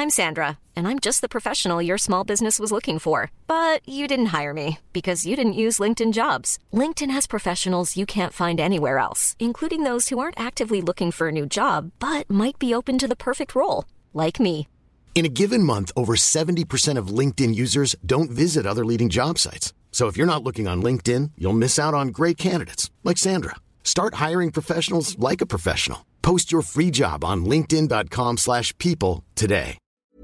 I'm Sandra, and I'm just the professional your small business was looking for. But you didn't hire me because you didn't use LinkedIn Jobs. LinkedIn has professionals you can't find anywhere else, including those who aren't actively looking for a new job, but might be open to the perfect role, like me. In a given month, over 70% of LinkedIn users don't visit other leading job sites. So if you're not looking on LinkedIn, you'll miss out on great candidates like Sandra. Start hiring professionals like a professional. Post your free job on linkedin.com/people today.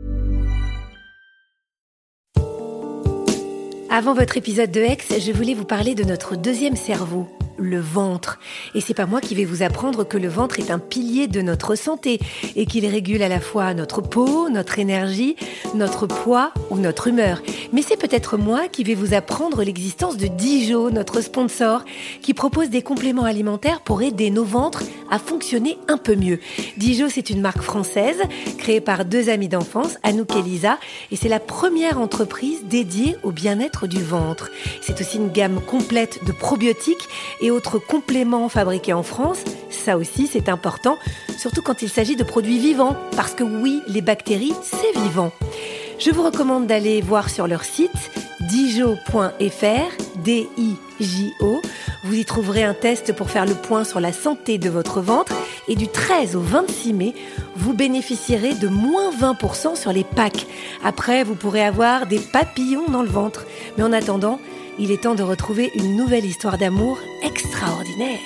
Avant votre épisode de Ex, je voulais vous parler de notre deuxième cerveau, le ventre. Et c'est pas moi qui vais vous apprendre que le ventre est un pilier de notre santé et qu'il régule à la fois notre peau, notre énergie, notre poids ou notre humeur. Mais c'est peut-être moi qui vais vous apprendre l'existence de Dijo, notre sponsor, qui propose des compléments alimentaires pour aider nos ventres à fonctionner un peu mieux. Dijo, c'est une marque française créée par deux amies d'enfance, Anouk et Lisa, et c'est la première entreprise dédiée au bien-être du ventre. C'est aussi une gamme complète de probiotiques et autres compléments fabriqués en France. Ça aussi, c'est important, surtout quand il s'agit de produits vivants, parce que oui, les bactéries, c'est vivant. Je vous recommande d'aller voir sur leur site dijo.fr, D-I-J-O. Vous y trouverez un test pour faire le point sur la santé de votre ventre. Et du 13 au 26 mai, vous bénéficierez de moins 20% sur les packs. Après, vous pourrez avoir des papillons dans le ventre. Mais en attendant, il est temps de retrouver une nouvelle histoire d'amour extraordinaire.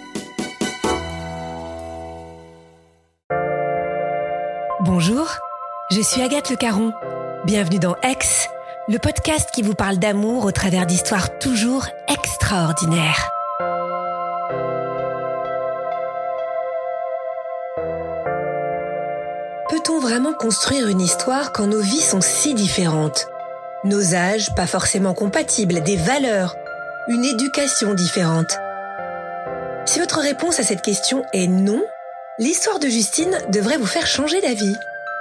Bonjour, je suis Agathe Le Caron. Bienvenue dans Ex, le podcast qui vous parle d'amour au travers d'histoires toujours extraordinaires. Peut-on vraiment construire une histoire quand nos vies sont si différentes ? Nos âges, pas forcément compatibles, des valeurs, une éducation différente. Si votre réponse à cette question est non, l'histoire de Justine devrait vous faire changer d'avis.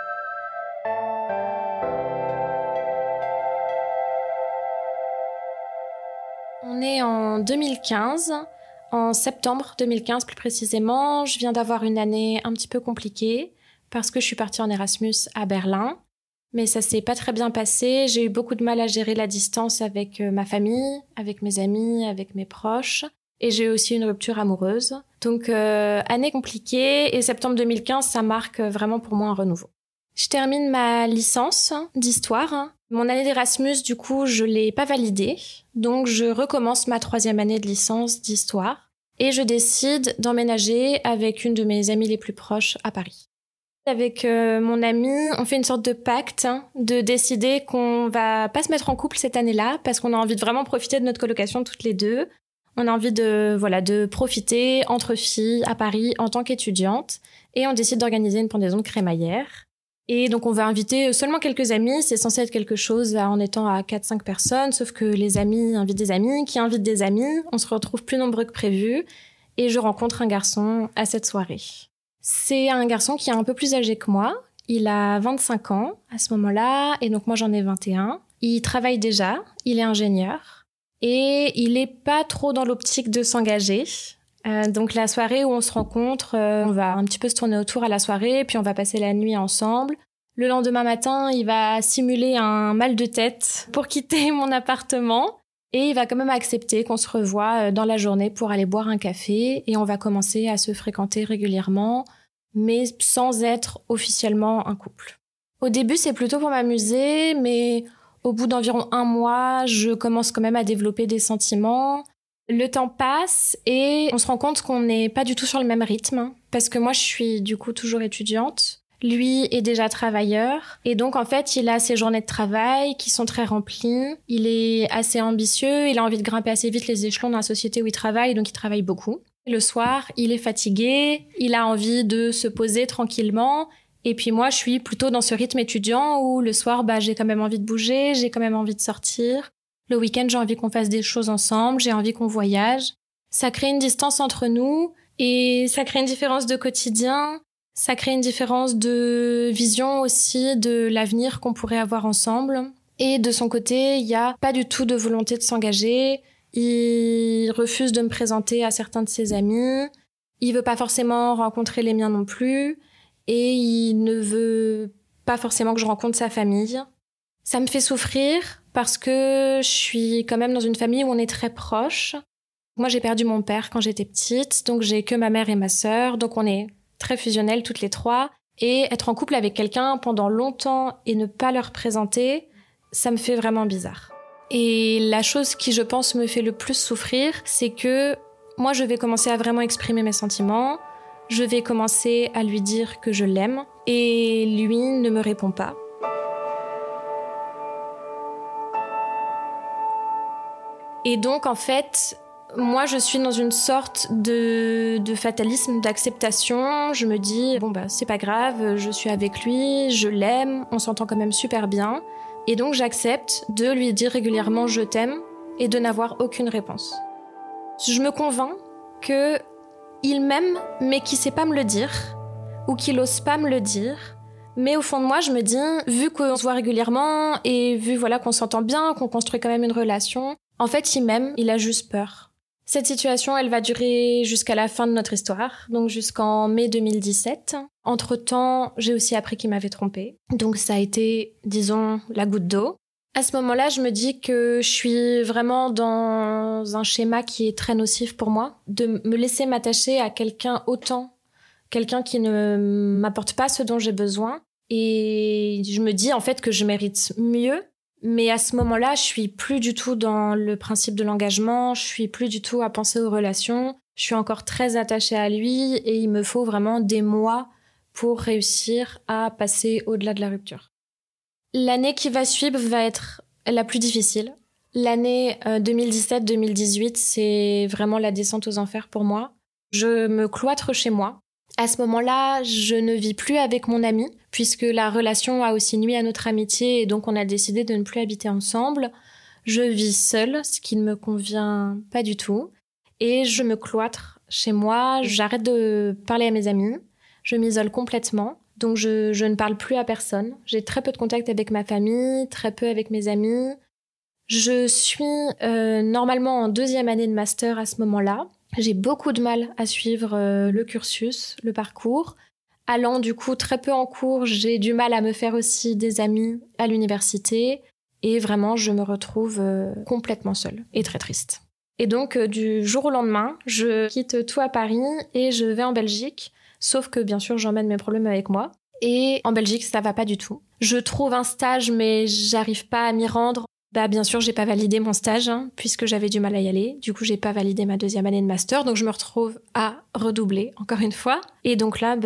On est en 2015, en septembre 2015 plus précisément. Je viens d'avoir une année un petit peu compliquée parce que je suis partie en Erasmus à Berlin. Mais ça s'est pas très bien passé. J'ai eu beaucoup de mal à gérer la distance avec ma famille, avec mes amis, avec mes proches. Et j'ai eu aussi une rupture amoureuse. Donc, année compliquée. Et septembre 2015, ça marque vraiment pour moi un renouveau. Je termine ma licence d'histoire. Mon année d'Erasmus, du coup, je l'ai pas validée. Donc, je recommence ma 3e année de licence d'histoire. Et je décide d'emménager avec une de mes amies les plus proches à Paris. Avec mon amie, on fait une sorte de pacte de décider qu'on va pas se mettre en couple cette année-là parce qu'on a envie de vraiment profiter de notre colocation toutes les deux. On a envie de profiter entre filles à Paris en tant qu'étudiante et on décide d'organiser une pendaison de crémaillère. Et donc on va inviter seulement quelques amis, c'est censé être quelque chose en étant à 4-5 personnes, sauf que les amis invitent des amis, qui invitent des amis, on se retrouve plus nombreux que prévu et je rencontre un garçon à cette soirée. C'est un garçon qui est un peu plus âgé que moi. Il a 25 ans à ce moment-là, et donc moi j'en ai 21. Il travaille déjà, il est ingénieur, et il est pas trop dans l'optique de s'engager. Donc la soirée où on se rencontre, on va un petit peu se tourner autour à la soirée, puis on va passer la nuit ensemble. Le lendemain matin, il va simuler un mal de tête pour quitter mon appartement. Et il va quand même accepter qu'on se revoie dans la journée pour aller boire un café et on va commencer à se fréquenter régulièrement, mais sans être officiellement un couple. Au début, c'est plutôt pour m'amuser, mais au bout d'environ 1 mois, je commence quand même à développer des sentiments. Le temps passe et on se rend compte qu'on n'est pas du tout sur le même rythme, parce que moi, je suis du coup toujours étudiante. Lui est déjà travailleur et donc en fait il a ses journées de travail qui sont très remplies, il est assez ambitieux, il a envie de grimper assez vite les échelons dans la société où il travaille, donc il travaille beaucoup. Le soir, il est fatigué, il a envie de se poser tranquillement et puis moi je suis plutôt dans ce rythme étudiant où le soir j'ai quand même envie de bouger, j'ai quand même envie de sortir. Le week-end j'ai envie qu'on fasse des choses ensemble, j'ai envie qu'on voyage. Ça crée une distance entre nous et ça crée une différence de quotidien. Ça crée une différence de vision aussi de l'avenir qu'on pourrait avoir ensemble. Et de son côté, il n'y a pas du tout de volonté de s'engager. Il refuse de me présenter à certains de ses amis. Il veut pas forcément rencontrer les miens non plus. Et il ne veut pas forcément que je rencontre sa famille. Ça me fait souffrir parce que je suis quand même dans une famille où on est très proches. Moi, j'ai perdu mon père quand j'étais petite, donc j'ai que ma mère et ma sœur, donc on est très fusionnelles toutes les trois. Et être en couple avec quelqu'un pendant longtemps et ne pas le représenter, ça me fait vraiment bizarre. Et la chose qui, je pense, me fait le plus souffrir, c'est que moi, je vais commencer à vraiment exprimer mes sentiments, je vais commencer à lui dire que je l'aime, et lui ne me répond pas. Et donc, en fait, moi, je suis dans une sorte de fatalisme, d'acceptation. Je me dis, c'est pas grave, je suis avec lui, je l'aime, on s'entend quand même super bien. Et donc, j'accepte de lui dire régulièrement « je t'aime » et de n'avoir aucune réponse. Je me convainc qu'il m'aime, mais qu'il sait pas me le dire, ou qu'il ose pas me le dire. Mais au fond de moi, je me dis, vu qu'on se voit régulièrement, et vu qu'on s'entend bien, qu'on construit quand même une relation, en fait, il m'aime, il a juste peur. Cette situation, elle va durer jusqu'à la fin de notre histoire, donc jusqu'en mai 2017. Entre-temps, j'ai aussi appris qu'il m'avait trompée. Donc ça a été, disons, la goutte d'eau. À ce moment-là, je me dis que je suis vraiment dans un schéma qui est très nocif pour moi, de me laisser m'attacher à quelqu'un autant, quelqu'un qui ne m'apporte pas ce dont j'ai besoin. Et je me dis en fait que je mérite mieux. Mais à ce moment-là, je suis plus du tout dans le principe de l'engagement, je suis plus du tout à penser aux relations, je suis encore très attachée à lui et il me faut vraiment des mois pour réussir à passer au-delà de la rupture. L'année qui va suivre va être la plus difficile. L'année 2017-2018, c'est vraiment la descente aux enfers pour moi. Je me cloître chez moi. À ce moment-là, je ne vis plus avec mon ami, puisque la relation a aussi nui à notre amitié et donc on a décidé de ne plus habiter ensemble. Je vis seule, ce qui ne me convient pas du tout. Et je me cloître chez moi, j'arrête de parler à mes amis, je m'isole complètement. Donc je ne parle plus à personne. J'ai très peu de contact avec ma famille, très peu avec mes amis. Je suis normalement en 2e année de master à ce moment-là. J'ai beaucoup de mal à suivre le cursus, le parcours. Allant du coup très peu en cours, j'ai du mal à me faire aussi des amis à l'université. Et vraiment, je me retrouve complètement seule et très triste. Et donc, du jour au lendemain, je quitte tout à Paris et je vais en Belgique. Sauf que, bien sûr, j'emmène mes problèmes avec moi. Et en Belgique, ça va pas du tout. Je trouve un stage, mais j'arrive pas à m'y rendre. Bien sûr, j'ai pas validé mon stage, puisque j'avais du mal à y aller. Du coup, j'ai pas validé ma 2e année de master. Donc, je me retrouve à redoubler, encore une fois. Et donc là,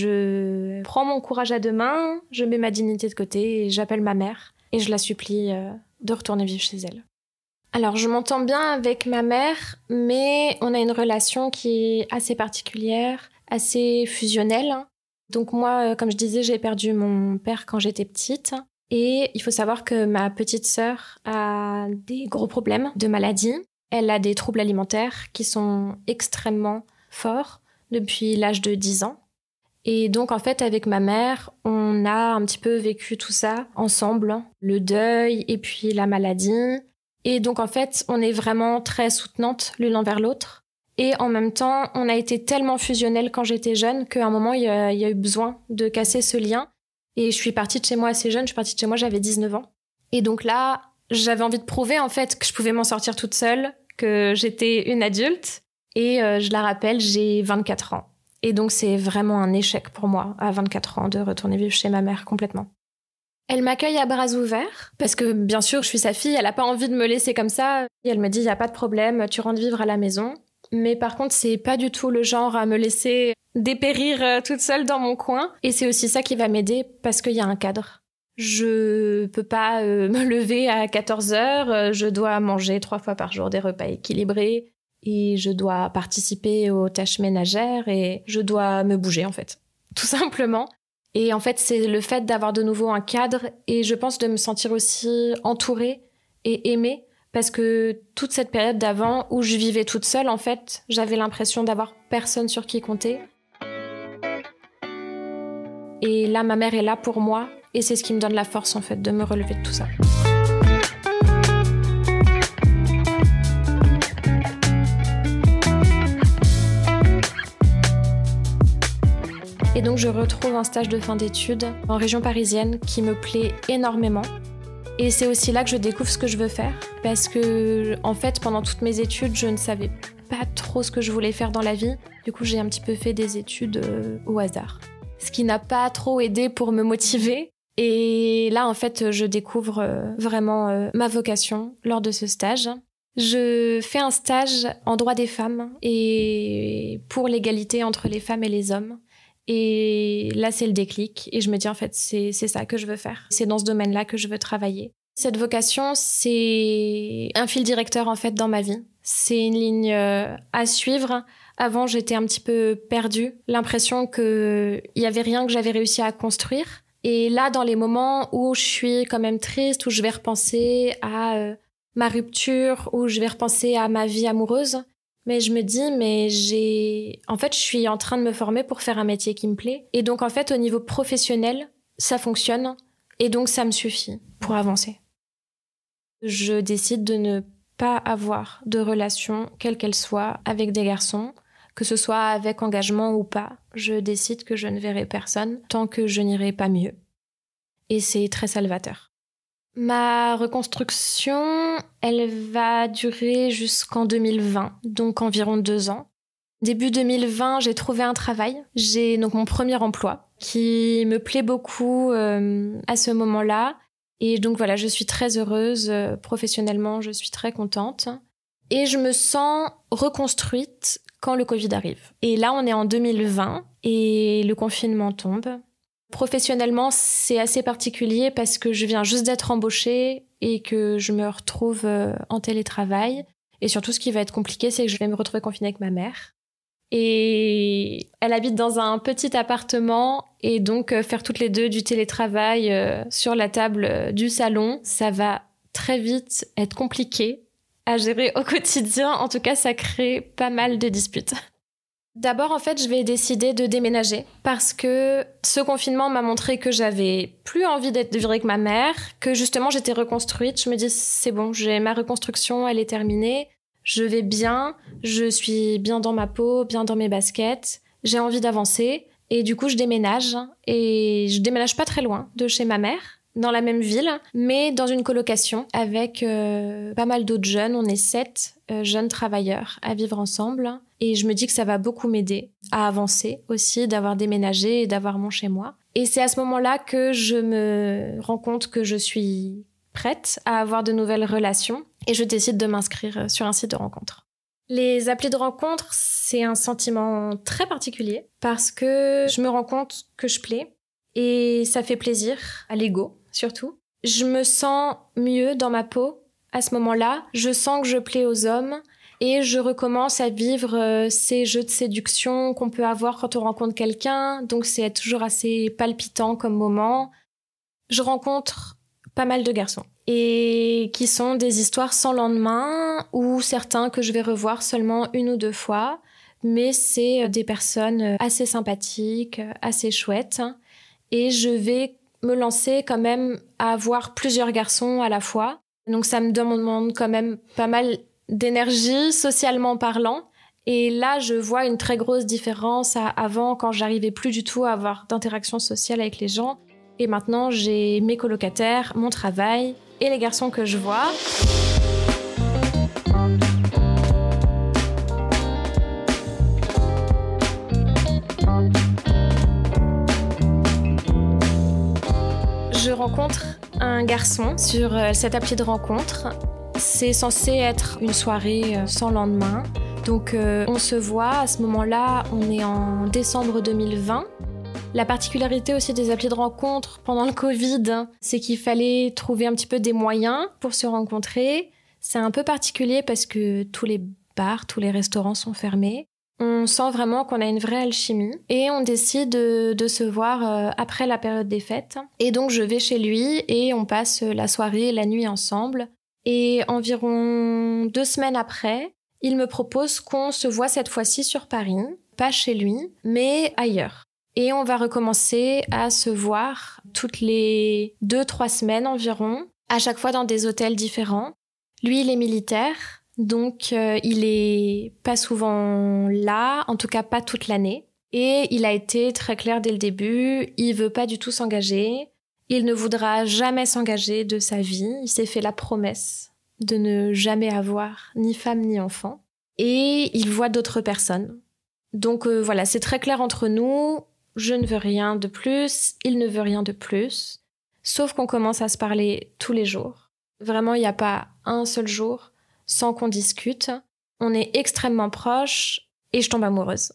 je prends mon courage à 2 mains, je mets ma dignité de côté et j'appelle ma mère. Et je la supplie de retourner vivre chez elle. Alors, je m'entends bien avec ma mère, mais on a une relation qui est assez particulière, assez fusionnelle. Donc moi, comme je disais, j'ai perdu mon père quand j'étais petite. Et il faut savoir que ma petite sœur a des gros problèmes de maladie. Elle a des troubles alimentaires qui sont extrêmement forts depuis l'âge de 10 ans. Et donc, en fait, avec ma mère, on a un petit peu vécu tout ça ensemble. Le deuil et puis la maladie. Et donc, en fait, on est vraiment très soutenantes l'une envers l'autre. Et en même temps, on a été tellement fusionnelles quand j'étais jeune qu'à un moment, il y a eu besoin de casser ce lien. Et je suis partie de chez moi assez jeune. Je suis partie de chez moi, j'avais 19 ans. Et donc là, j'avais envie de prouver, en fait, que je pouvais m'en sortir toute seule, que j'étais une adulte. Et je la rappelle, j'ai 24 ans. Et donc, c'est vraiment un échec pour moi, à 24 ans, de retourner vivre chez ma mère complètement. Elle m'accueille à bras ouverts, parce que, bien sûr, je suis sa fille, elle n'a pas envie de me laisser comme ça. Et elle me dit, il n'y a pas de problème, tu rentres vivre à la maison. Mais par contre, c'est pas du tout le genre à me laisser dépérir toute seule dans mon coin. Et c'est aussi ça qui va m'aider, parce qu'il y a un cadre. Je peux pas me lever à 14h, je dois manger 3 fois par jour des repas équilibrés. Et je dois participer aux tâches ménagères et je dois me bouger, en fait. Tout simplement. Et en fait, c'est le fait d'avoir de nouveau un cadre et je pense de me sentir aussi entourée et aimée parce que toute cette période d'avant où je vivais toute seule, en fait, j'avais l'impression d'avoir personne sur qui compter. Et là, ma mère est là pour moi et c'est ce qui me donne la force, en fait, de me relever de tout ça. Et donc je retrouve un stage de fin d'études en région parisienne qui me plaît énormément. Et c'est aussi là que je découvre ce que je veux faire. Parce que, en fait, pendant toutes mes études, je ne savais pas trop ce que je voulais faire dans la vie. Du coup, j'ai un petit peu fait des études au hasard. Ce qui n'a pas trop aidé pour me motiver. Et là, en fait, je découvre vraiment ma vocation lors de ce stage. Je fais un stage en droit des femmes et pour l'égalité entre les femmes et les hommes. Et là, c'est le déclic. Et je me dis, en fait, c'est ça que je veux faire. C'est dans ce domaine-là que je veux travailler. Cette vocation, c'est un fil directeur, en fait, dans ma vie. C'est une ligne à suivre. Avant, j'étais un petit peu perdue. L'impression qu'il y avait rien que j'avais réussi à construire. Et là, dans les moments où je suis quand même triste, où je vais repenser à ma rupture, où je vais repenser à ma vie amoureuse, mais je me dis, en fait, je suis en train de me former pour faire un métier qui me plaît. Et donc, en fait, au niveau professionnel, ça fonctionne. Et donc, ça me suffit pour avancer. Je décide de ne pas avoir de relation, quelle qu'elle soit, avec des garçons, que ce soit avec engagement ou pas. Je décide que je ne verrai personne tant que je n'irai pas mieux. Et c'est très salvateur. Ma reconstruction, elle va durer jusqu'en 2020, donc environ 2 ans. Début 2020, j'ai trouvé un travail. J'ai donc mon premier emploi qui me plaît beaucoup à ce moment-là. Et donc voilà, je suis très heureuse. Professionnellement, je suis très contente. Et je me sens reconstruite quand le Covid arrive. Et là, on est en 2020 et le confinement tombe. Professionnellement, c'est assez particulier parce que je viens juste d'être embauchée et que je me retrouve en télétravail. Et surtout, ce qui va être compliqué, c'est que je vais me retrouver confinée avec ma mère. Et elle habite dans un petit appartement et donc faire toutes les deux du télétravail sur la table du salon, ça va très vite être compliqué à gérer au quotidien. En tout cas, ça crée pas mal de disputes. D'abord, en fait, je vais décider de déménager parce que ce confinement m'a montré que j'avais plus envie de vivre avec ma mère, que justement j'étais reconstruite. Je me dis, c'est bon, ma reconstruction, elle est terminée. Je vais bien, je suis bien dans ma peau, bien dans mes baskets. J'ai envie d'avancer et du coup, je déménage. Et je déménage pas très loin de chez ma mère, dans la même ville, mais dans une colocation avec pas mal d'autres jeunes. On est 7 jeunes travailleurs à vivre ensemble. Et je me dis que ça va beaucoup m'aider à avancer aussi, d'avoir déménagé et d'avoir mon chez-moi. Et c'est à ce moment-là que je me rends compte que je suis prête à avoir de nouvelles relations. Et je décide de m'inscrire sur un site de rencontre. Les applis de rencontre, c'est un sentiment très particulier parce que je me rends compte que je plais et ça fait plaisir à l'ego surtout. Je me sens mieux dans ma peau à ce moment-là. Je sens que je plais aux hommes et je recommence à vivre ces jeux de séduction qu'on peut avoir quand on rencontre quelqu'un. Donc c'est toujours assez palpitant comme moment. Je rencontre pas mal de garçons et qui sont des histoires sans lendemain ou certains que je vais revoir seulement 1 ou 2 fois. Mais c'est des personnes assez sympathiques, assez chouettes. Et je vais me lancer quand même à avoir plusieurs garçons à la fois. Donc ça me demande quand même pas mal d'énergie, socialement parlant. Et là, je vois une très grosse différence à avant, quand j'arrivais plus du tout à avoir d'interaction sociale avec les gens. Et maintenant, j'ai mes colocataires, mon travail et les garçons que je vois. Je rencontre un garçon sur cette appli de rencontre. C'est censé être une soirée sans lendemain. Donc on se voit, à ce moment-là, on est en décembre 2020. La particularité aussi des applis de rencontre pendant le Covid, c'est qu'il fallait trouver un petit peu des moyens pour se rencontrer. C'est un peu particulier parce que tous les bars, tous les restaurants sont fermés. On sent vraiment qu'on a une vraie alchimie et on décide de se voir après la période des fêtes. Et donc je vais chez lui et on passe la soirée et la nuit ensemble. Et environ 2 semaines après, il me propose qu'on se voit cette fois-ci sur Paris, pas chez lui, mais ailleurs. Et on va recommencer à se voir toutes les 2-3 semaines environ, à chaque fois dans des hôtels différents. Lui, il est militaire, donc il est pas souvent là, en tout cas pas toute l'année. Et il a été très clair dès le début, il veut pas du tout s'engager, il ne voudra jamais s'engager de sa vie, il s'est fait la promesse de ne jamais avoir ni femme ni enfant, et il voit d'autres personnes. Donc voilà, c'est très clair entre nous, je ne veux rien de plus, il ne veut rien de plus, sauf qu'on commence à se parler tous les jours. Vraiment, il n'y a pas un seul jour sans qu'on discute. On est extrêmement proches et je tombe amoureuse.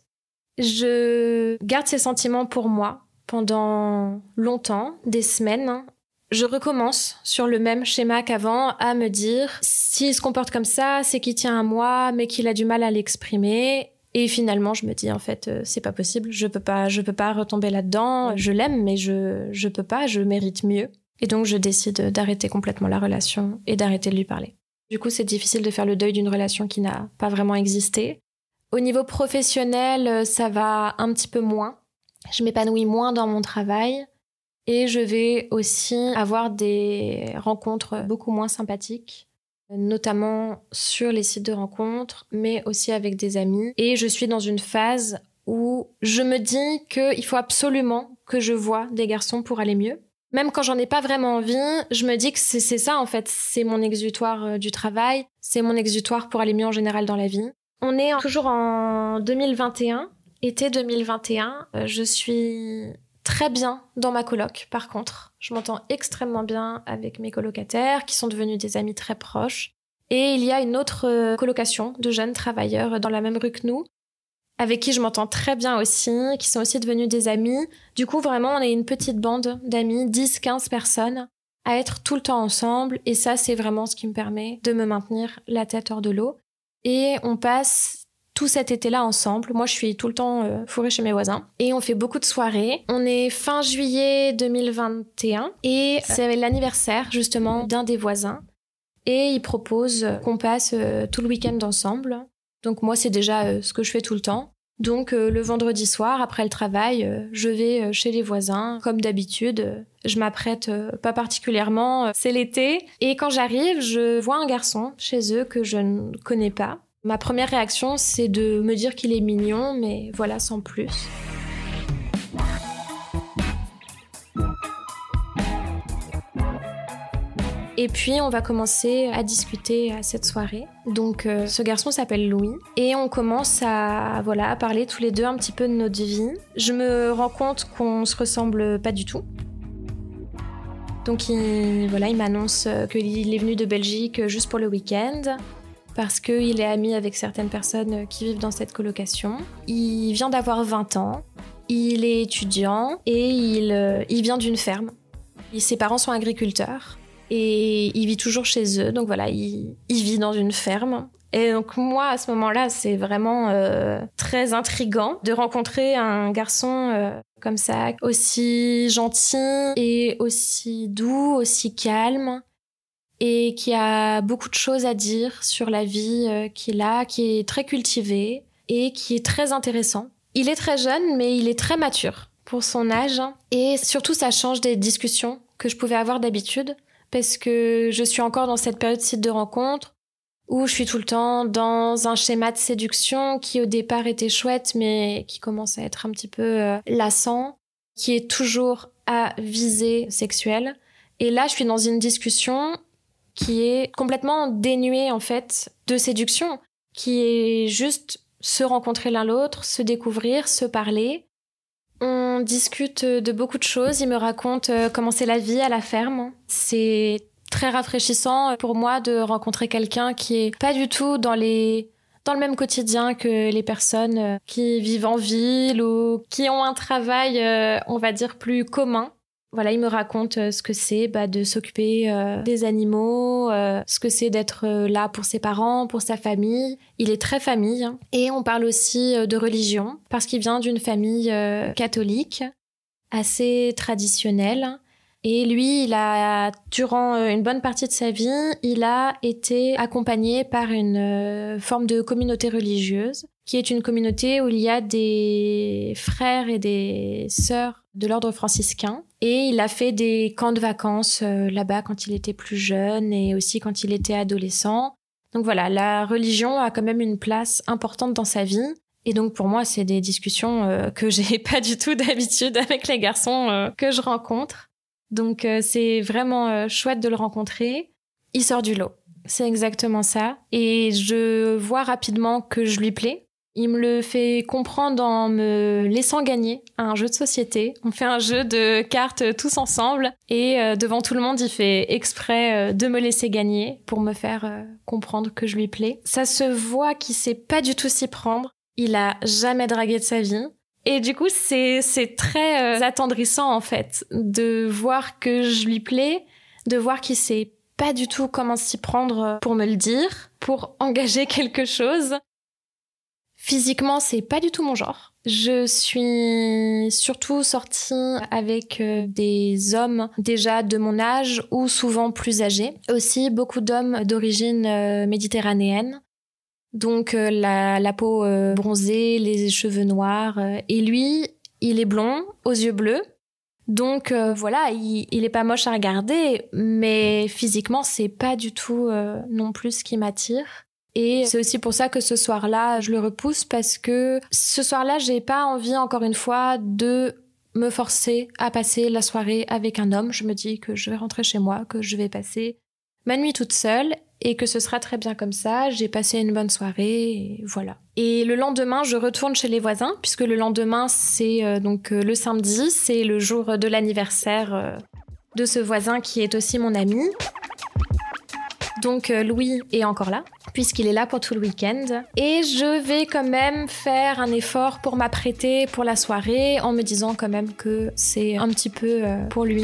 Je garde ces sentiments pour moi pendant longtemps, des semaines. Je recommence sur le même schéma qu'avant à me dire s'il se comporte comme ça, c'est qu'il tient à moi, mais qu'il a du mal à l'exprimer. Et finalement, je me dis en fait, c'est pas possible, je peux pas retomber là-dedans. Je l'aime, mais je peux pas, je mérite mieux. Et donc, je décide d'arrêter complètement la relation et d'arrêter de lui parler. Du coup, c'est difficile de faire le deuil d'une relation qui n'a pas vraiment existé. Au niveau professionnel, ça va un petit peu moins. Je m'épanouis moins dans mon travail et je vais aussi avoir des rencontres beaucoup moins sympathiques, notamment sur les sites de rencontres, mais aussi avec des amis. Et je suis dans une phase où je me dis qu'il faut absolument que je voie des garçons pour aller mieux. Même quand j'en ai pas vraiment envie, je me dis que c'est ça en fait, c'est mon exutoire du travail, c'est mon exutoire pour aller mieux en général dans la vie. On est toujours en 2021, été 2021. Je suis très bien dans ma coloc, par contre. Je m'entends extrêmement bien avec mes colocataires, qui sont devenus des amis très proches. Et il y a une autre colocation de jeunes travailleurs dans la même rue que nous, avec qui je m'entends très bien aussi, qui sont aussi devenus des amis. Du coup, vraiment, on est une petite bande d'amis, 10-15 personnes, à être tout le temps ensemble. Et ça, c'est vraiment ce qui me permet de me maintenir la tête hors de l'eau. Et on passe tout cet été-là ensemble. Moi, je suis tout le temps fourrée chez mes voisins. Et on fait beaucoup de soirées. On est fin juillet 2021 et c'est l'anniversaire, justement, d'un des voisins. Et il propose qu'on passe tout le week-end ensemble. Donc moi, c'est déjà ce que je fais tout le temps. Donc le vendredi soir, après le travail, je vais chez les voisins. Comme d'habitude, je m'apprête pas particulièrement, c'est l'été. Et quand j'arrive, je vois un garçon chez eux que je ne connais pas. Ma première réaction, c'est de me dire qu'il est mignon, mais voilà, sans plus. Et puis, on va commencer à discuter à cette soirée. Donc, ce garçon s'appelle Louis. Et on commence à parler tous les deux un petit peu de notre vie. Je me rends compte qu'on se ressemble pas du tout. Donc, il m'annonce qu'il est venu de Belgique juste pour le week-end, parce qu'il est ami avec certaines personnes qui vivent dans cette colocation. Il vient d'avoir 20 ans. Il est étudiant et il vient d'une ferme. Ses parents sont agriculteurs. Et il vit toujours chez eux, donc voilà, il vit dans une ferme. Et donc moi, à ce moment-là, c'est vraiment très intriguant de rencontrer un garçon comme ça, aussi gentil et aussi doux, aussi calme, et qui a beaucoup de choses à dire sur la vie qu'il a, qui est très cultivé et qui est très intéressant. Il est très jeune, mais il est très mature pour son âge. Et surtout, ça change des discussions que je pouvais avoir d'habitude, parce que je suis encore dans cette période site de rencontre où je suis tout le temps dans un schéma de séduction qui au départ était chouette mais qui commence à être un petit peu lassant, qui est toujours à visée sexuelle. Et là, je suis dans une discussion qui est complètement dénuée en fait de séduction, qui est juste se rencontrer l'un l'autre, se découvrir, se parler. On discute de beaucoup de choses. Il me raconte comment c'est la vie à la ferme. C'est très rafraîchissant pour moi de rencontrer quelqu'un qui est pas du tout dans le même quotidien que les personnes qui vivent en ville ou qui ont un travail, on va dire, plus commun. Voilà, il me raconte ce que c'est de s'occuper des animaux, ce que c'est d'être là pour ses parents, pour sa famille. Il est très famille. Et on parle aussi de religion, parce qu'il vient d'une famille catholique, assez traditionnelle. Et lui, durant une bonne partie de sa vie, il a été accompagné par une forme de communauté religieuse, qui est une communauté où il y a des frères et des sœurs de l'ordre franciscain. Et il a fait des camps de vacances là-bas quand il était plus jeune et aussi quand il était adolescent. Donc voilà, la religion a quand même une place importante dans sa vie. Et donc pour moi, c'est des discussions que j'ai pas du tout d'habitude avec les garçons que je rencontre. Donc c'est vraiment chouette de le rencontrer. Il sort du lot, c'est exactement ça. Et je vois rapidement que je lui plais. Il me le fait comprendre en me laissant gagner à un jeu de société. On fait un jeu de cartes tous ensemble et devant tout le monde, il fait exprès de me laisser gagner pour me faire comprendre que je lui plais. Ça se voit qu'il sait pas du tout s'y prendre. Il a jamais dragué de sa vie. Et du coup, c'est très attendrissant en fait de voir que je lui plais, de voir qu'il sait pas du tout comment s'y prendre pour me le dire, pour engager quelque chose. Physiquement, c'est pas du tout mon genre. Je suis surtout sortie avec des hommes déjà de mon âge ou souvent plus âgés. Aussi beaucoup d'hommes d'origine méditerranéenne. Donc la peau bronzée, les cheveux noirs. Et lui, il est blond, aux yeux bleus. Donc voilà, il est pas moche à regarder, mais physiquement, c'est pas du tout non plus ce qui m'attire. Et c'est aussi pour ça que ce soir-là, je le repousse parce que ce soir-là, j'ai pas envie, encore une fois, de me forcer à passer la soirée avec un homme. Je me dis que je vais rentrer chez moi, que je vais passer ma nuit toute seule et que ce sera très bien comme ça. J'ai passé une bonne soirée et voilà. Et le lendemain, je retourne chez les voisins puisque le lendemain, c'est donc le samedi, c'est le jour de l'anniversaire de ce voisin qui est aussi mon ami. Donc Louis est encore là, puisqu'il est là pour tout le week-end. Et je vais quand même faire un effort pour m'apprêter pour la soirée, en me disant quand même que c'est un petit peu pour lui.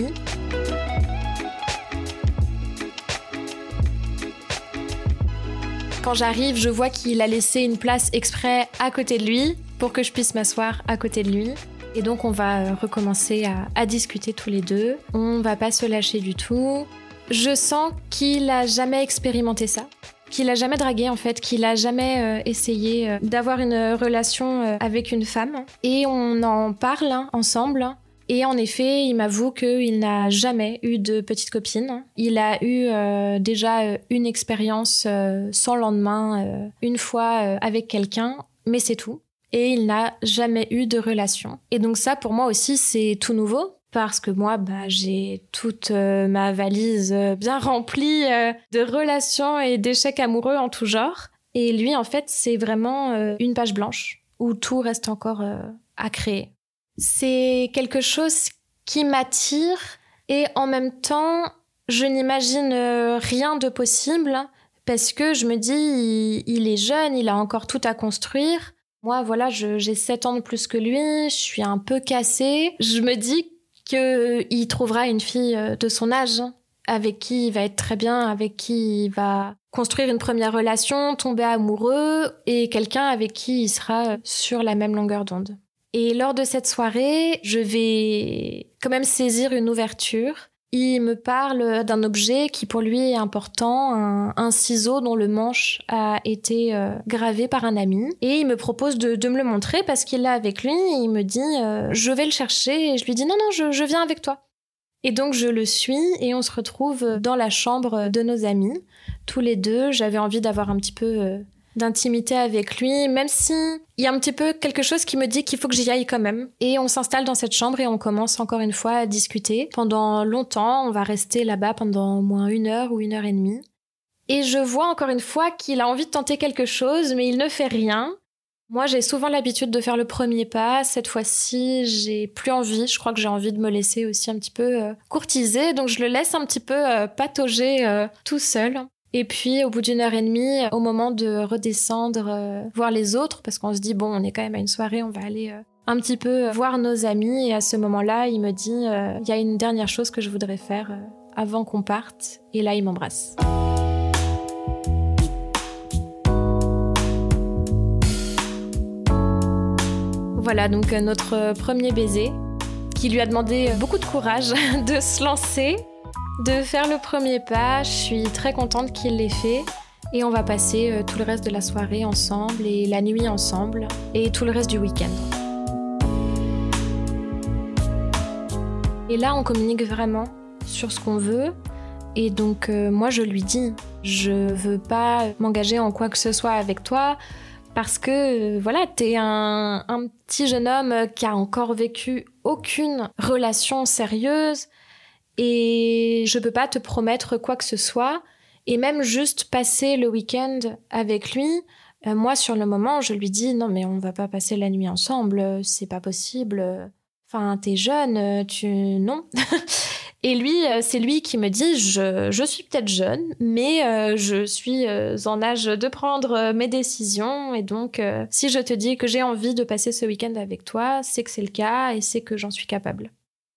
Quand j'arrive, je vois qu'il a laissé une place exprès à côté de lui, pour que je puisse m'asseoir à côté de lui. Et donc on va recommencer à discuter tous les deux. On va pas se lâcher du tout. Je sens qu'il a jamais expérimenté ça, qu'il a jamais dragué en fait, qu'il a jamais essayé d'avoir une relation avec une femme. Et on en parle ensemble. Et en effet, il m'avoue qu'il n'a jamais eu de petite copine. Il a eu déjà une expérience sans lendemain, une fois avec quelqu'un, mais c'est tout. Et il n'a jamais eu de relation. Et donc ça, pour moi aussi, c'est tout nouveau. Parce que moi, j'ai toute ma valise bien remplie de relations et d'échecs amoureux en tout genre. Et lui, en fait, c'est vraiment une page blanche où tout reste encore à créer. C'est quelque chose qui m'attire et en même temps, je n'imagine rien de possible parce que je me dis, il est jeune, il a encore tout à construire. Moi, voilà, j'ai 7 ans de plus que lui, je suis un peu cassée. Je me dis qu'il trouvera une fille de son âge avec qui il va être très bien, avec qui il va construire une première relation, tomber amoureux et quelqu'un avec qui il sera sur la même longueur d'onde. Et lors de cette soirée, je vais quand même saisir une ouverture. Il me parle d'un objet qui pour lui est important, un ciseau dont le manche a été gravé par un ami. Et il me propose de me le montrer parce qu'il l'a avec lui. Et il me dit je vais le chercher. Et je lui dis non, je viens avec toi. Et donc je le suis et on se retrouve dans la chambre de nos amis. Tous les deux, j'avais envie d'avoir un petit peu d'intimité avec lui, même si il y a un petit peu quelque chose qui me dit qu'il faut que j'y aille quand même. Et on s'installe dans cette chambre et on commence encore une fois à discuter. Pendant longtemps, on va rester là-bas pendant au moins 1 heure ou 1 heure et demie. Et je vois encore une fois qu'il a envie de tenter quelque chose, mais il ne fait rien. Moi, j'ai souvent l'habitude de faire le premier pas. Cette fois-ci, j'ai plus envie. Je crois que j'ai envie de me laisser aussi un petit peu courtiser. Donc, je le laisse un petit peu patauger tout seul. Et puis, au bout d'1 heure et demie, au moment de redescendre, voir les autres, parce qu'on se dit, bon, on est quand même à une soirée, on va aller un petit peu voir nos amis. Et à ce moment-là, il me dit, il y a une dernière chose que je voudrais faire avant qu'on parte. Et là, il m'embrasse. Voilà, donc notre premier baiser, qui lui a demandé beaucoup de courage de se lancer, de faire le premier pas. Je suis très contente qu'il l'ait fait. Et on va passer tout le reste de la soirée ensemble et la nuit ensemble et tout le reste du week-end. Et là, on communique vraiment sur ce qu'on veut. Et donc, moi, je lui dis, je veux pas m'engager en quoi que ce soit avec toi Parce que, voilà, t'es un petit jeune homme qui a encore vécu aucune relation sérieuse et je peux pas te promettre quoi que ce soit. Et même juste passer le week-end avec lui, moi, sur le moment, je lui dis « Non, mais on va pas passer la nuit ensemble, c'est pas possible. Enfin, t'es jeune, non. » Et lui, c'est lui qui me dit « Je suis peut-être jeune, mais je suis en âge de prendre mes décisions. Et donc, si je te dis que j'ai envie de passer ce week-end avec toi, c'est que c'est le cas et c'est que j'en suis capable. »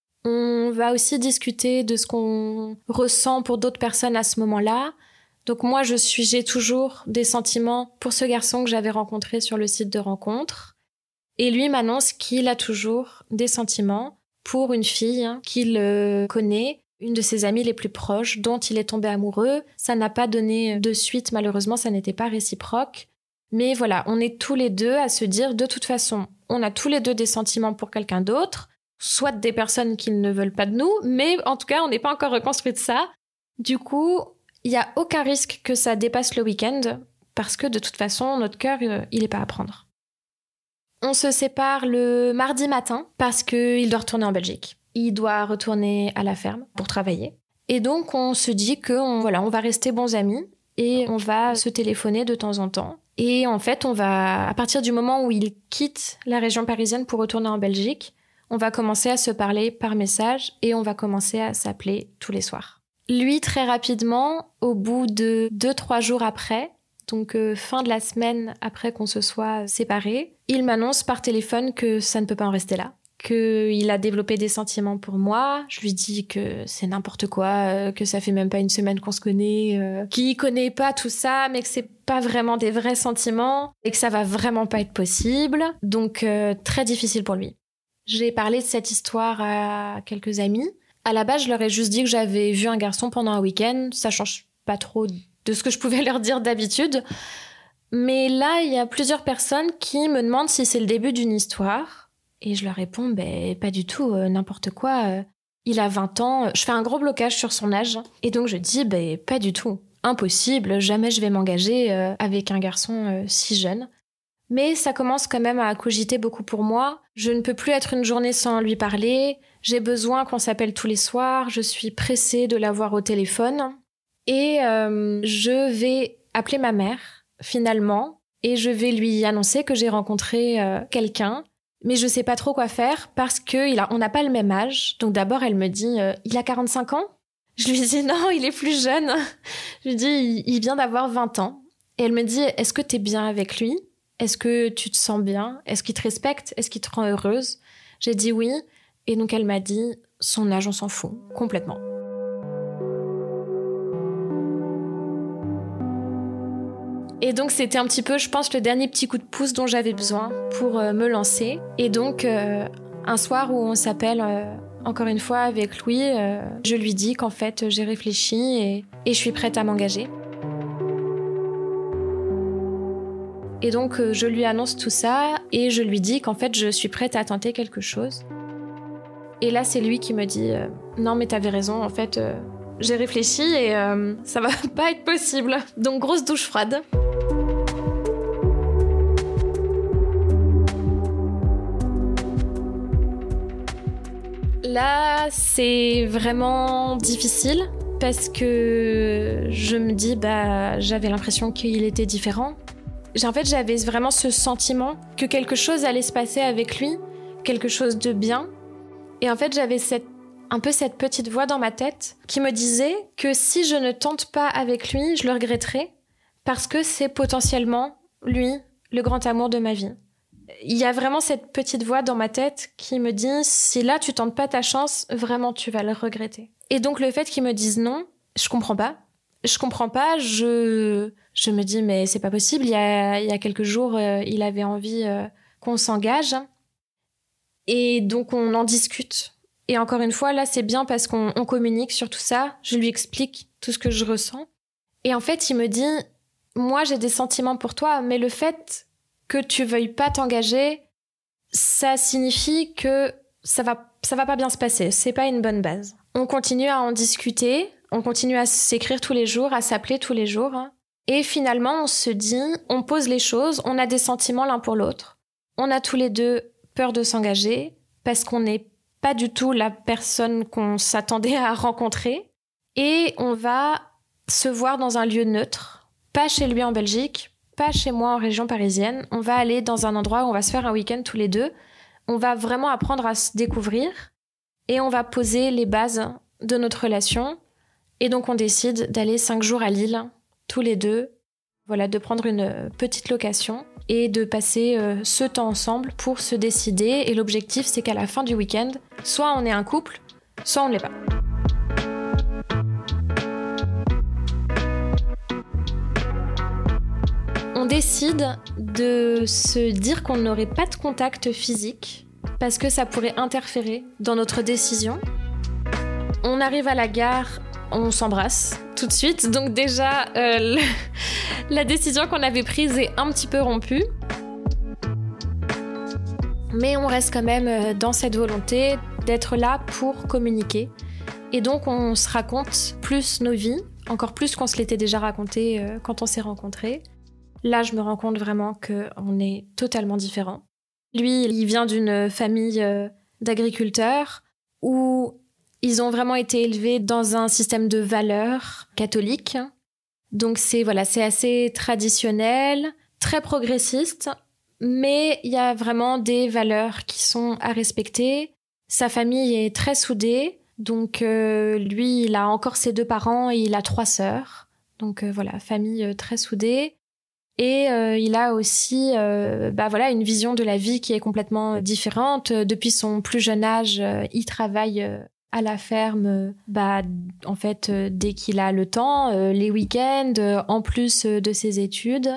On va aussi discuter de ce qu'on ressent pour d'autres personnes à ce moment-là. Donc moi, j'ai toujours des sentiments pour ce garçon que j'avais rencontré sur le site de rencontre. Et lui m'annonce qu'il a toujours des sentiments pour une fille qu'il connaît, une de ses amies les plus proches, dont il est tombé amoureux. Ça n'a pas donné de suite, malheureusement, ça n'était pas réciproque. Mais voilà, on est tous les deux à se dire, de toute façon, on a tous les deux des sentiments pour quelqu'un d'autre, soit des personnes qui ne veulent pas de nous, mais en tout cas, on n'est pas encore reconstruit de ça. Du coup, il n'y a aucun risque que ça dépasse le week-end, parce que de toute façon, notre cœur, il n'est pas à prendre. On se sépare le mardi matin, parce qu'il doit retourner en Belgique. Il doit retourner à la ferme pour travailler. Et donc, on se dit on va rester bons amis, et on va se téléphoner de temps en temps. Et en fait, à partir du moment où il quitte la région parisienne pour retourner en Belgique, on va commencer à se parler par message et on va commencer à s'appeler tous les soirs. Lui, très rapidement, au bout de 2-3 jours après, donc fin de la semaine après qu'on se soit séparés, il m'annonce par téléphone que ça ne peut pas en rester là, qu'il a développé des sentiments pour moi. Je lui dis que c'est n'importe quoi, que ça fait même pas une semaine qu'on se connaît, qu'il connaît pas tout ça, mais que c'est pas vraiment des vrais sentiments et que ça va vraiment pas être possible. Donc très difficile pour lui. J'ai parlé de cette histoire à quelques amis. À la base, je leur ai juste dit que j'avais vu un garçon pendant un week-end. Ça change pas trop de ce que je pouvais leur dire d'habitude. Mais là, il y a plusieurs personnes qui me demandent si c'est le début d'une histoire. Et je leur réponds, pas du tout, n'importe quoi. Il a 20 ans. Je fais un gros blocage sur son âge. Et donc, je dis, pas du tout. Impossible, jamais je vais m'engager avec un garçon si jeune. Mais ça commence quand même à cogiter beaucoup pour moi. Je ne peux plus être une journée sans lui parler. J'ai besoin qu'on s'appelle tous les soirs. Je suis pressée de l'avoir au téléphone. Et je vais appeler ma mère, finalement. Et je vais lui annoncer que j'ai rencontré quelqu'un. Mais je sais pas trop quoi faire parce qu'on n'a pas le même âge. Donc d'abord, elle me dit « Il a 45 ans ?» Je lui dis « Non, il est plus jeune. » Je lui dis « Il vient d'avoir 20 ans. » Et elle me dit « Est-ce que t'es bien avec lui ? Est-ce que tu te sens bien ? Est-ce qu'il te respecte ? Est-ce qu'il te rend heureuse ? » J'ai dit oui. Et donc elle m'a dit « Son âge, on s'en fout. Complètement. » Et donc c'était un petit peu, je pense, le dernier petit coup de pouce dont j'avais besoin pour me lancer. Et donc un soir où on s'appelle encore une fois avec Louis, je lui dis qu'en fait j'ai réfléchi et je suis prête à m'engager. Et donc, je lui annonce tout ça et je lui dis qu'en fait, je suis prête à tenter quelque chose. Et là, c'est lui qui me dit « Non, mais t'avais raison, en fait, j'ai réfléchi et ça va pas être possible. » Donc, grosse douche froide. Là, c'est vraiment difficile parce que je me dis j'avais l'impression qu'il était différent. En fait, j'avais vraiment ce sentiment que quelque chose allait se passer avec lui, quelque chose de bien. Et en fait, j'avais un peu cette petite voix dans ma tête qui me disait que si je ne tente pas avec lui, je le regretterais parce que c'est potentiellement, lui, le grand amour de ma vie. Il y a vraiment cette petite voix dans ma tête qui me dit si là, tu tentes pas ta chance, vraiment, tu vas le regretter. Et donc, le fait qu'il me dise non, je comprends pas. Je me dis, mais c'est pas possible. Il y a quelques jours, il avait envie qu'on s'engage. Et donc, on en discute. Et encore une fois, là, c'est bien parce qu'on communique sur tout ça. Je lui explique tout ce que je ressens. Et en fait, il me dit, moi, j'ai des sentiments pour toi, mais le fait que tu veuilles pas t'engager, ça signifie que ça va pas bien se passer. C'est pas une bonne base. On continue à en discuter. On continue à s'écrire tous les jours, à s'appeler tous les jours. Et finalement, on se dit, on pose les choses, on a des sentiments l'un pour l'autre. On a tous les deux peur de s'engager parce qu'on n'est pas du tout la personne qu'on s'attendait à rencontrer. Et on va se voir dans un lieu neutre, pas chez lui en Belgique, pas chez moi en région parisienne. On va aller dans un endroit où on va se faire un week-end tous les deux. On va vraiment apprendre à se découvrir et on va poser les bases de notre relation. Et donc on décide d'aller 5 jours à Lille, tous les deux. Voilà, de prendre une petite location et de passer ce temps ensemble pour se décider. Et l'objectif, c'est qu'à la fin du week-end, soit on est un couple, soit on ne l'est pas. On décide de se dire qu'on n'aurait pas de contact physique parce que ça pourrait interférer dans notre décision. On arrive à la gare, on s'embrasse tout de suite. Donc déjà, la décision qu'on avait prise est un petit peu rompue. Mais on reste quand même dans cette volonté d'être là pour communiquer. Et donc on se raconte plus nos vies, encore plus qu'on se l'était déjà raconté quand on s'est rencontrés. Là, je me rends compte vraiment qu'on est totalement différents. Lui, il vient d'une famille d'agriculteurs où ils ont vraiment été élevés dans un système de valeurs catholiques. Donc c'est assez traditionnel, très progressiste, mais il y a vraiment des valeurs qui sont à respecter. Sa famille est très soudée, donc lui, il a encore ses 2 parents et il a 3 sœurs. Donc famille très soudée. Et il a aussi une vision de la vie qui est complètement différente. Depuis son plus jeune âge, il travaille à la ferme dès qu'il a le temps, les week-ends, en plus de ses études.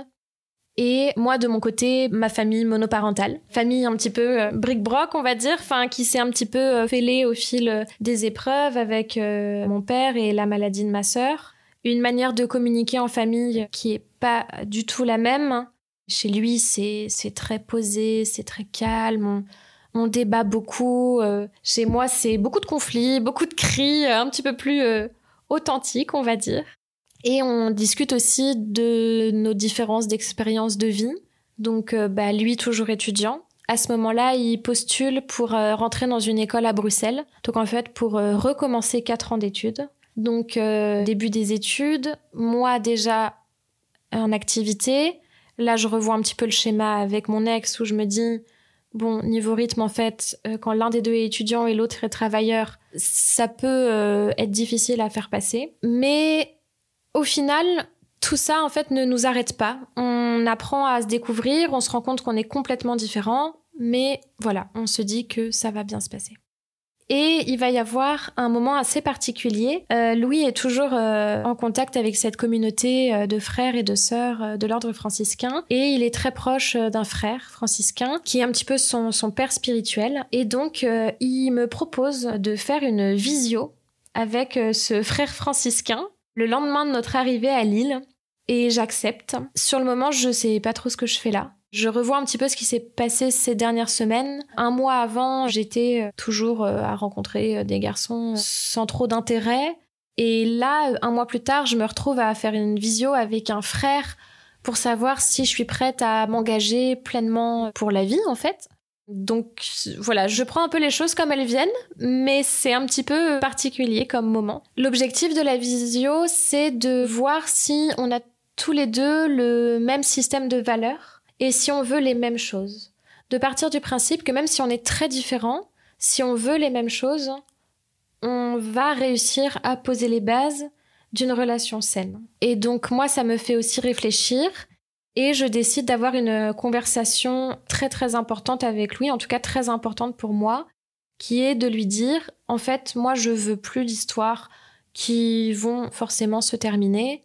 Et moi, de mon côté, ma famille monoparentale, famille un petit peu bric-broc, on va dire, qui s'est un petit peu fêlée au fil des épreuves avec mon père et la maladie de ma sœur. Une manière de communiquer en famille qui est pas du tout la même. Chez lui, c'est très posé, c'est très calme, on débat beaucoup. Chez moi, c'est beaucoup de conflits, beaucoup de cris, un petit peu plus authentiques, on va dire. Et on discute aussi de nos différences d'expérience de vie. Donc, lui, toujours étudiant. À ce moment-là, il postule pour rentrer dans une école à Bruxelles. Donc, en fait, pour recommencer 4 ans d'études. Donc, début des études, moi déjà en activité. Là, je revois un petit peu le schéma avec mon ex où je me dis, bon, niveau rythme, en fait, quand l'un des deux est étudiant et l'autre est travailleur, ça peut être difficile à faire passer. Mais au final, tout ça, en fait, ne nous arrête pas. On apprend à se découvrir, on se rend compte qu'on est complètement différents, mais voilà, on se dit que ça va bien se passer. Et il va y avoir un moment assez particulier. Louis est toujours en contact avec cette communauté de frères et de sœurs de l'ordre franciscain. Et il est très proche d'un frère franciscain qui est un petit peu son père spirituel. Et donc, il me propose de faire une visio avec ce frère franciscain le lendemain de notre arrivée à Lille. Et j'accepte. Sur le moment, je sais pas trop ce que je fais là. Je revois un petit peu ce qui s'est passé ces dernières semaines. 1 mois avant, j'étais toujours à rencontrer des garçons sans trop d'intérêt. Et là, 1 mois plus tard, je me retrouve à faire une visio avec un frère pour savoir si je suis prête à m'engager pleinement pour la vie, en fait. Donc voilà, je prends un peu les choses comme elles viennent, mais c'est un petit peu particulier comme moment. L'objectif de la visio, c'est de voir si on a tous les deux le même système de valeurs. Et si on veut les mêmes choses, de partir du principe que même si on est très différents, si on veut les mêmes choses, on va réussir à poser les bases d'une relation saine. Et donc moi, ça me fait aussi réfléchir et je décide d'avoir une conversation très très importante avec lui, en tout cas très importante pour moi, qui est de lui dire, en fait, moi je veux plus d'histoires qui vont forcément se terminer.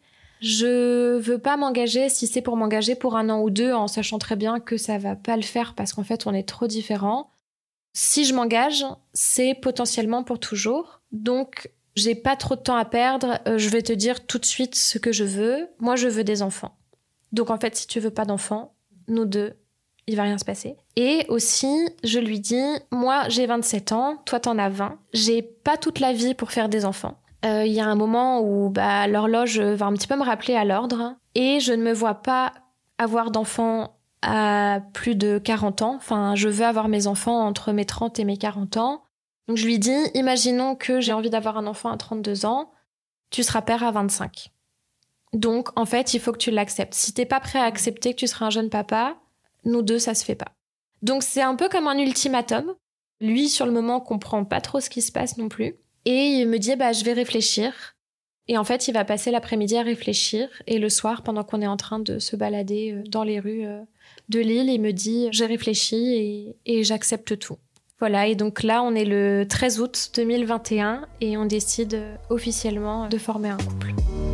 Je veux pas m'engager si c'est pour m'engager pour 1 an ou 2 en sachant très bien que ça va pas le faire parce qu'en fait on est trop différents. Si je m'engage, c'est potentiellement pour toujours. Donc j'ai pas trop de temps à perdre, je vais te dire tout de suite ce que je veux. Moi je veux des enfants. Donc en fait si tu veux pas d'enfants, nous deux, il va rien se passer. Et aussi, je lui dis, moi j'ai 27 ans, toi t'en as 20. J'ai pas toute la vie pour faire des enfants. Il y a un moment où l'horloge va un petit peu me rappeler à l'ordre et je ne me vois pas avoir d'enfants à plus de 40 ans. Enfin, je veux avoir mes enfants entre mes 30 et mes 40 ans. Donc je lui dis, imaginons que j'ai envie d'avoir un enfant à 32 ans, tu seras père à 25. Donc en fait, il faut que tu l'acceptes. Si t'es pas prêt à accepter que tu seras un jeune papa, nous deux, ça se fait pas. Donc c'est un peu comme un ultimatum. Lui, sur le moment, comprend pas trop ce qui se passe non plus. Et il me dit, je vais réfléchir. Et en fait, il va passer l'après-midi à réfléchir. Et le soir, pendant qu'on est en train de se balader dans les rues de Lille, il me dit, j'ai réfléchi et j'accepte tout. Voilà, et donc là, on est le 13 août 2021 et on décide officiellement de former un couple.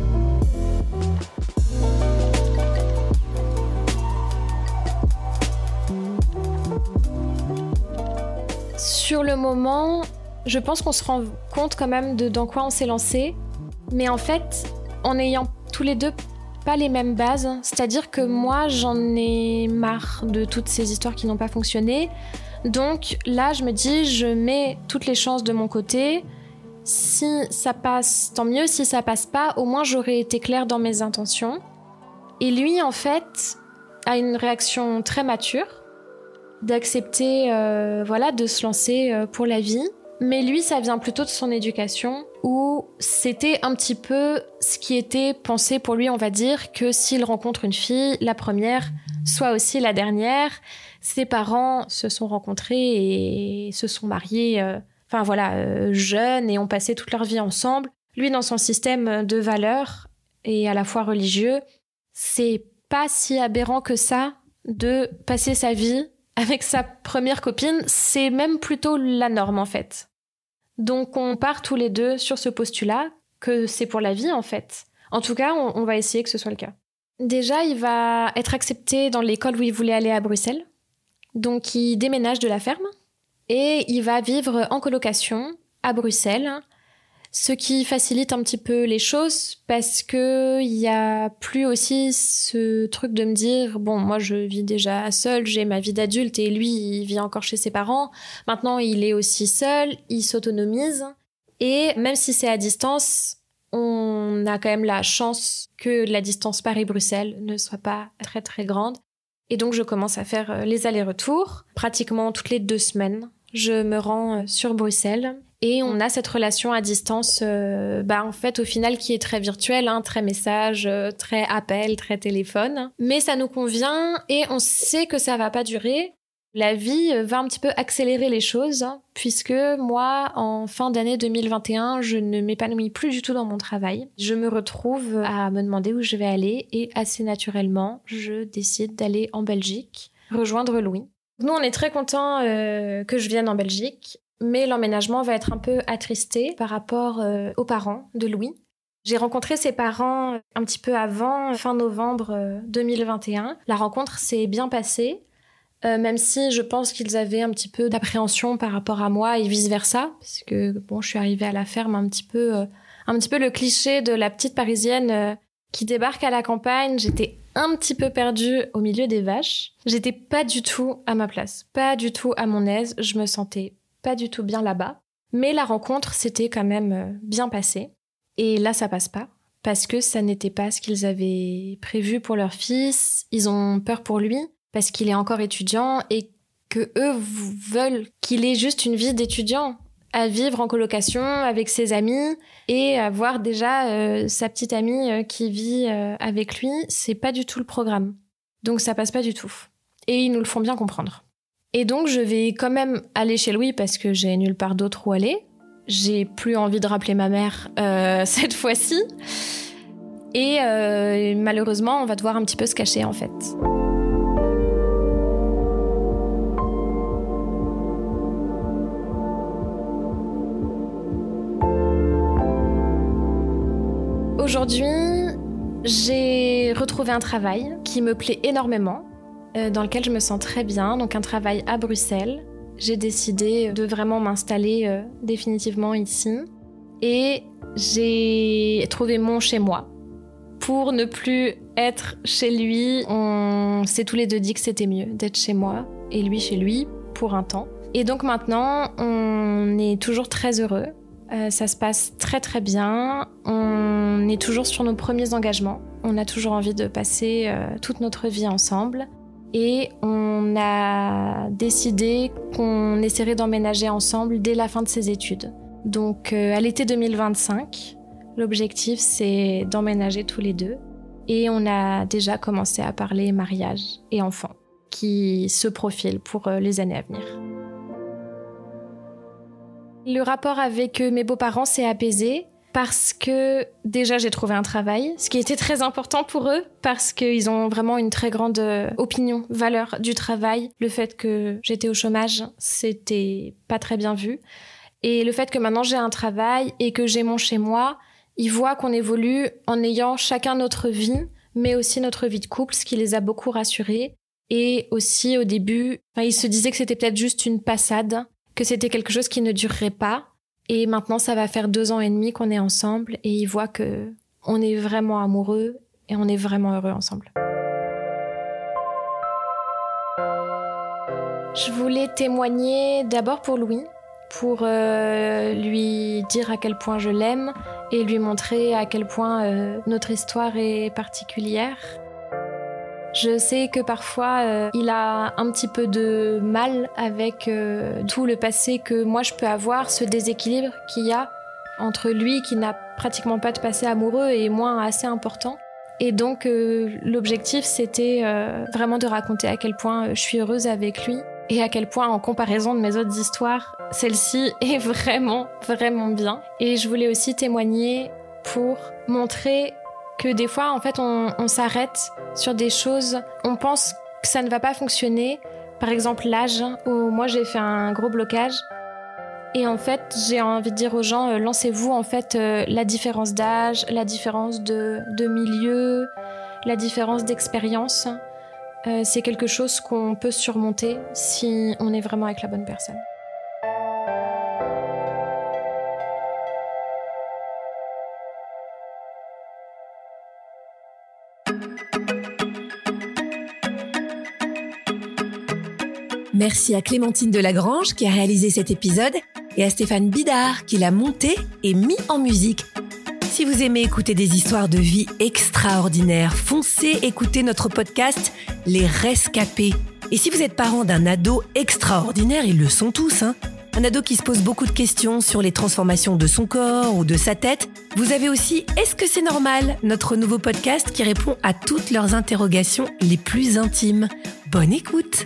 Sur le moment, je pense qu'on se rend compte quand même de dans quoi on s'est lancé. Mais en fait, en ayant tous les deux pas les mêmes bases, c'est-à-dire que moi, j'en ai marre de toutes ces histoires qui n'ont pas fonctionné. Donc là, je me dis, je mets toutes les chances de mon côté. Si ça passe, tant mieux. Si ça passe pas, au moins j'aurais été claire dans mes intentions. Et lui, en fait, a une réaction très mature, d'accepter, de se lancer pour la vie. Mais lui, ça vient plutôt de son éducation, où c'était un petit peu ce qui était pensé pour lui, on va dire, que s'il rencontre une fille, la première soit aussi la dernière. Ses parents se sont rencontrés et se sont mariés, jeunes et ont passé toute leur vie ensemble. Lui, dans son système de valeurs et à la fois religieux, c'est pas si aberrant que ça de passer sa vie avec sa première copine. C'est même plutôt la norme, en fait. Donc, on part tous les deux sur ce postulat que c'est pour la vie, en fait. En tout cas, on va essayer que ce soit le cas. Déjà, il va être accepté dans l'école où il voulait aller à Bruxelles. Donc, il déménage de la ferme et il va vivre en colocation à Bruxelles, ce qui facilite un petit peu les choses parce que il y a plus aussi ce truc de me dire bon, moi je vis déjà seule, j'ai ma vie d'adulte et lui il vit encore chez ses parents. Maintenant, il est aussi seul, il s'autonomise et même si c'est à distance, on a quand même la chance que la distance Paris-Bruxelles ne soit pas très très grande. Et donc, je commence à faire les allers-retours. Pratiquement toutes les 2 semaines, je me rends sur Bruxelles. Et on a cette relation à distance, en fait, au final, qui est très virtuelle, très message, très appel, très téléphone. Mais ça nous convient et on sait que ça va pas durer. La vie va un petit peu accélérer les choses, puisque moi, en fin d'année 2021, je ne m'épanouis plus du tout dans mon travail. Je me retrouve à me demander où je vais aller et assez naturellement, je décide d'aller en Belgique, rejoindre Louis. Nous, on est très contents que je vienne en Belgique, mais l'emménagement va être un peu attristé par rapport aux parents de Louis. J'ai rencontré ses parents un petit peu avant, fin novembre 2021. La rencontre s'est bien passée. Même si je pense qu'ils avaient un petit peu d'appréhension par rapport à moi et vice-versa, parce que je suis arrivée à la ferme un petit peu le cliché de la petite Parisienne qui débarque à la campagne. J'étais un petit peu perdue au milieu des vaches. J'étais pas du tout à ma place, pas du tout à mon aise. Je me sentais pas du tout bien là-bas. Mais la rencontre s'était quand même bien passée. Et là, ça passe pas, parce que ça n'était pas ce qu'ils avaient prévu pour leur fils. Ils ont peur pour lui, parce qu'il est encore étudiant et que eux veulent qu'il ait juste une vie d'étudiant, à vivre en colocation avec ses amis et avoir déjà sa petite amie qui vit avec lui. C'est pas du tout le programme. Donc ça passe pas du tout. Et ils nous le font bien comprendre. Et donc je vais quand même aller chez Louis parce que j'ai nulle part d'autre où aller. J'ai plus envie de rappeler ma mère cette fois-ci. Et malheureusement, on va devoir un petit peu se cacher en fait. Aujourd'hui, j'ai retrouvé un travail qui me plaît énormément, dans lequel je me sens très bien, donc un travail à Bruxelles. J'ai décidé de vraiment m'installer définitivement ici et j'ai trouvé mon chez-moi. Pour ne plus être chez lui, on s'est tous les deux dit que c'était mieux d'être chez moi et lui chez lui pour un temps. Et donc maintenant, on est toujours très heureux Ça se passe très très bien. On est toujours sur nos premiers engagements. On a toujours envie de passer toute notre vie ensemble. Et on a décidé qu'on essaierait d'emménager ensemble dès la fin de ses études. Donc à l'été 2025, l'objectif c'est d'emménager tous les deux. Et on a déjà commencé à parler mariage et enfants qui se profilent pour les années à venir. Le rapport avec mes beaux-parents s'est apaisé parce que déjà j'ai trouvé un travail, ce qui était très important pour eux parce qu'ils ont vraiment une très grande opinion, valeur du travail. Le fait que j'étais au chômage, c'était pas très bien vu. Et le fait que maintenant j'ai un travail et que j'ai mon chez-moi, ils voient qu'on évolue en ayant chacun notre vie, mais aussi notre vie de couple, ce qui les a beaucoup rassurés. Et aussi au début, ils se disaient que c'était peut-être juste une passade, que c'était quelque chose qui ne durerait pas. Et maintenant, ça va faire 2 ans et demi qu'on est ensemble et ils voient qu'on est vraiment amoureux et on est vraiment heureux ensemble. Je voulais témoigner d'abord pour Louis, pour lui dire à quel point je l'aime et lui montrer à quel point notre histoire est particulière. Je sais que parfois, il a un petit peu de mal avec tout le passé que moi je peux avoir, ce déséquilibre qu'il y a entre lui qui n'a pratiquement pas de passé amoureux et moi assez important. Et donc l'objectif c'était vraiment de raconter à quel point je suis heureuse avec lui et à quel point en comparaison de mes autres histoires, celle-ci est vraiment, vraiment bien. Et je voulais aussi témoigner pour montrer que des fois, en fait, on s'arrête sur des choses, on pense que ça ne va pas fonctionner. Par exemple, l'âge, où moi j'ai fait un gros blocage. Et en fait, j'ai envie de dire aux gens, lancez-vous en fait la différence d'âge, la différence de milieu, la différence d'expérience. C'est quelque chose qu'on peut surmonter si on est vraiment avec la bonne personne. Merci à Clémentine Delagrange qui a réalisé cet épisode et à Stéphane Bidard qui l'a monté et mis en musique. Si vous aimez écouter des histoires de vie extraordinaires, foncez écouter notre podcast Les Rescapés. Et si vous êtes parent d'un ado extraordinaire, ils le sont tous, un ado qui se pose beaucoup de questions sur les transformations de son corps ou de sa tête, vous avez aussi Est-ce que c'est normal ? Notre nouveau podcast qui répond à toutes leurs interrogations les plus intimes. Bonne écoute!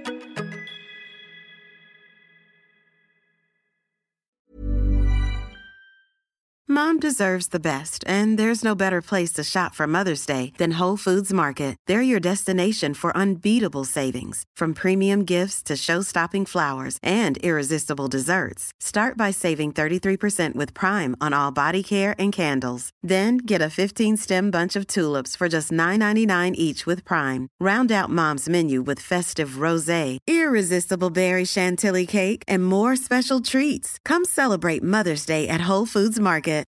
Mom deserves the best, and there's no better place to shop for Mother's Day than Whole Foods Market. They're your destination for unbeatable savings, from premium gifts to show-stopping flowers and irresistible desserts. Start by saving 33% with Prime on all body care and candles. Then get a 15-stem bunch of tulips for just $9.99 each with Prime. Round out Mom's menu with festive rosé, irresistible berry chantilly cake, and more special treats. Come celebrate Mother's Day at Whole Foods Market.